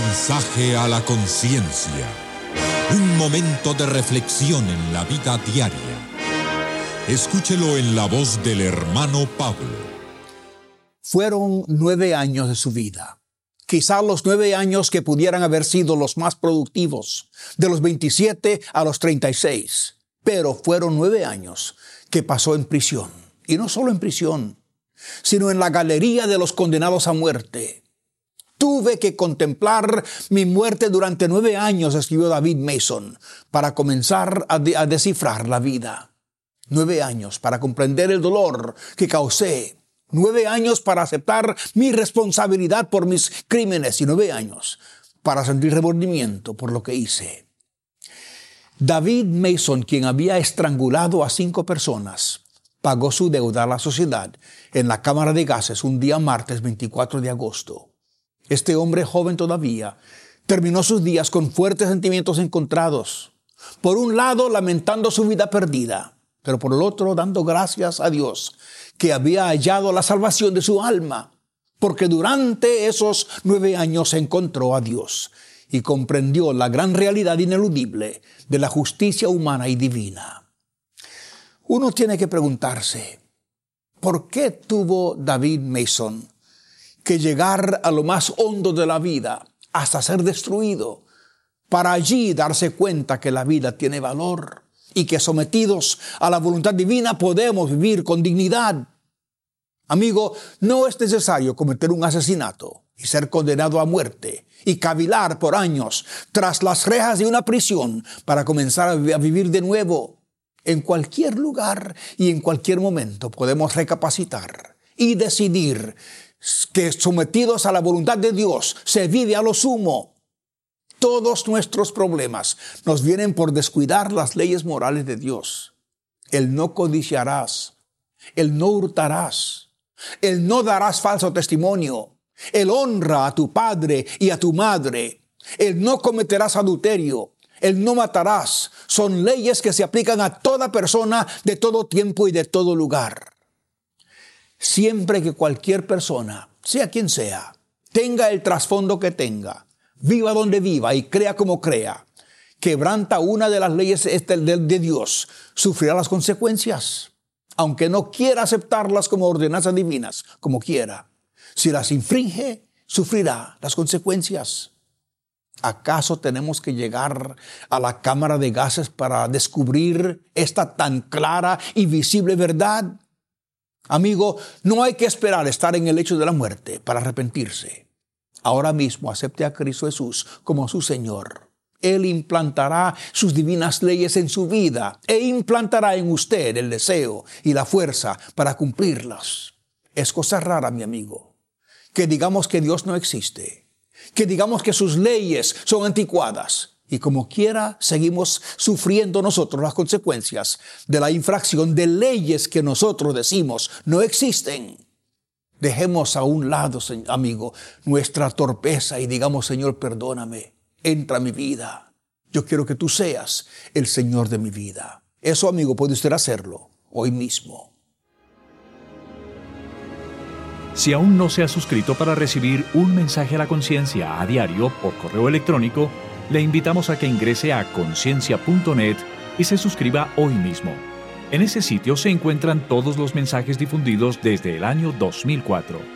Mensaje a la conciencia. Un momento de reflexión en la vida diaria. Escúchelo en la voz del hermano Pablo. Fueron 9 años de su vida. Quizás los 9 años que pudieran haber sido los más productivos, de los 27 a los 36. Pero fueron 9 años que pasó en prisión. Y no solo en prisión, sino en la galería de los condenados a muerte. Tuve que contemplar mi muerte durante 9 años, escribió David Mason, para comenzar a descifrar la vida. 9 años para comprender el dolor que causé. 9 años para aceptar mi responsabilidad por mis crímenes. Y 9 años para sentir remordimiento por lo que hice. David Mason, quien había estrangulado a 5 personas, pagó su deuda a la sociedad en la cámara de gases un día martes 24 de agosto. Este hombre joven todavía terminó sus días con fuertes sentimientos encontrados. Por un lado, lamentando su vida perdida, pero por el otro, dando gracias a Dios que había hallado la salvación de su alma, porque durante esos 9 años encontró a Dios y comprendió la gran realidad ineludible de la justicia humana y divina. Uno tiene que preguntarse, ¿por qué tuvo David Mason que llegar a lo más hondo de la vida hasta ser destruido, para allí darse cuenta que la vida tiene valor y que sometidos a la voluntad divina podemos vivir con dignidad? Amigo, no es necesario cometer un asesinato y ser condenado a muerte y cavilar por años tras las rejas de una prisión para comenzar a vivir de nuevo. En cualquier lugar y en cualquier momento podemos recapacitar y decidir que sometidos a la voluntad de Dios se vive a lo sumo. Todos nuestros problemas nos vienen por descuidar las leyes morales de Dios. El no codiciarás, el no hurtarás, el no darás falso testimonio, el honra a tu padre y a tu madre, el no cometerás adulterio, el no matarás. Son leyes que se aplican a toda persona de todo tiempo y de todo lugar. Siempre que cualquier persona, sea quien sea, tenga el trasfondo que tenga, viva donde viva y crea como crea, quebranta una de las leyes de Dios, sufrirá las consecuencias, aunque no quiera aceptarlas como ordenanzas divinas, como quiera. Si las infringe, sufrirá las consecuencias. ¿Acaso tenemos que llegar a la cámara de gases para descubrir esta tan clara y visible verdad? Amigo, no hay que esperar estar en el lecho de la muerte para arrepentirse. Ahora mismo acepte a Cristo Jesús como su Señor. Él implantará sus divinas leyes en su vida e implantará en usted el deseo y la fuerza para cumplirlas. Es cosa rara, mi amigo, que digamos que Dios no existe, que digamos que sus leyes son anticuadas. Y como quiera, seguimos sufriendo nosotros las consecuencias de la infracción de leyes que nosotros decimos no existen. Dejemos a un lado, amigo, nuestra torpeza y digamos, Señor, perdóname, entra a mi vida. Yo quiero que tú seas el Señor de mi vida. Eso, amigo, puede usted hacerlo hoy mismo. Si aún no se ha suscrito para recibir un mensaje a la conciencia a diario por correo electrónico, le invitamos a que ingrese a conciencia.net y se suscriba hoy mismo. En ese sitio se encuentran todos los mensajes difundidos desde el año 2004.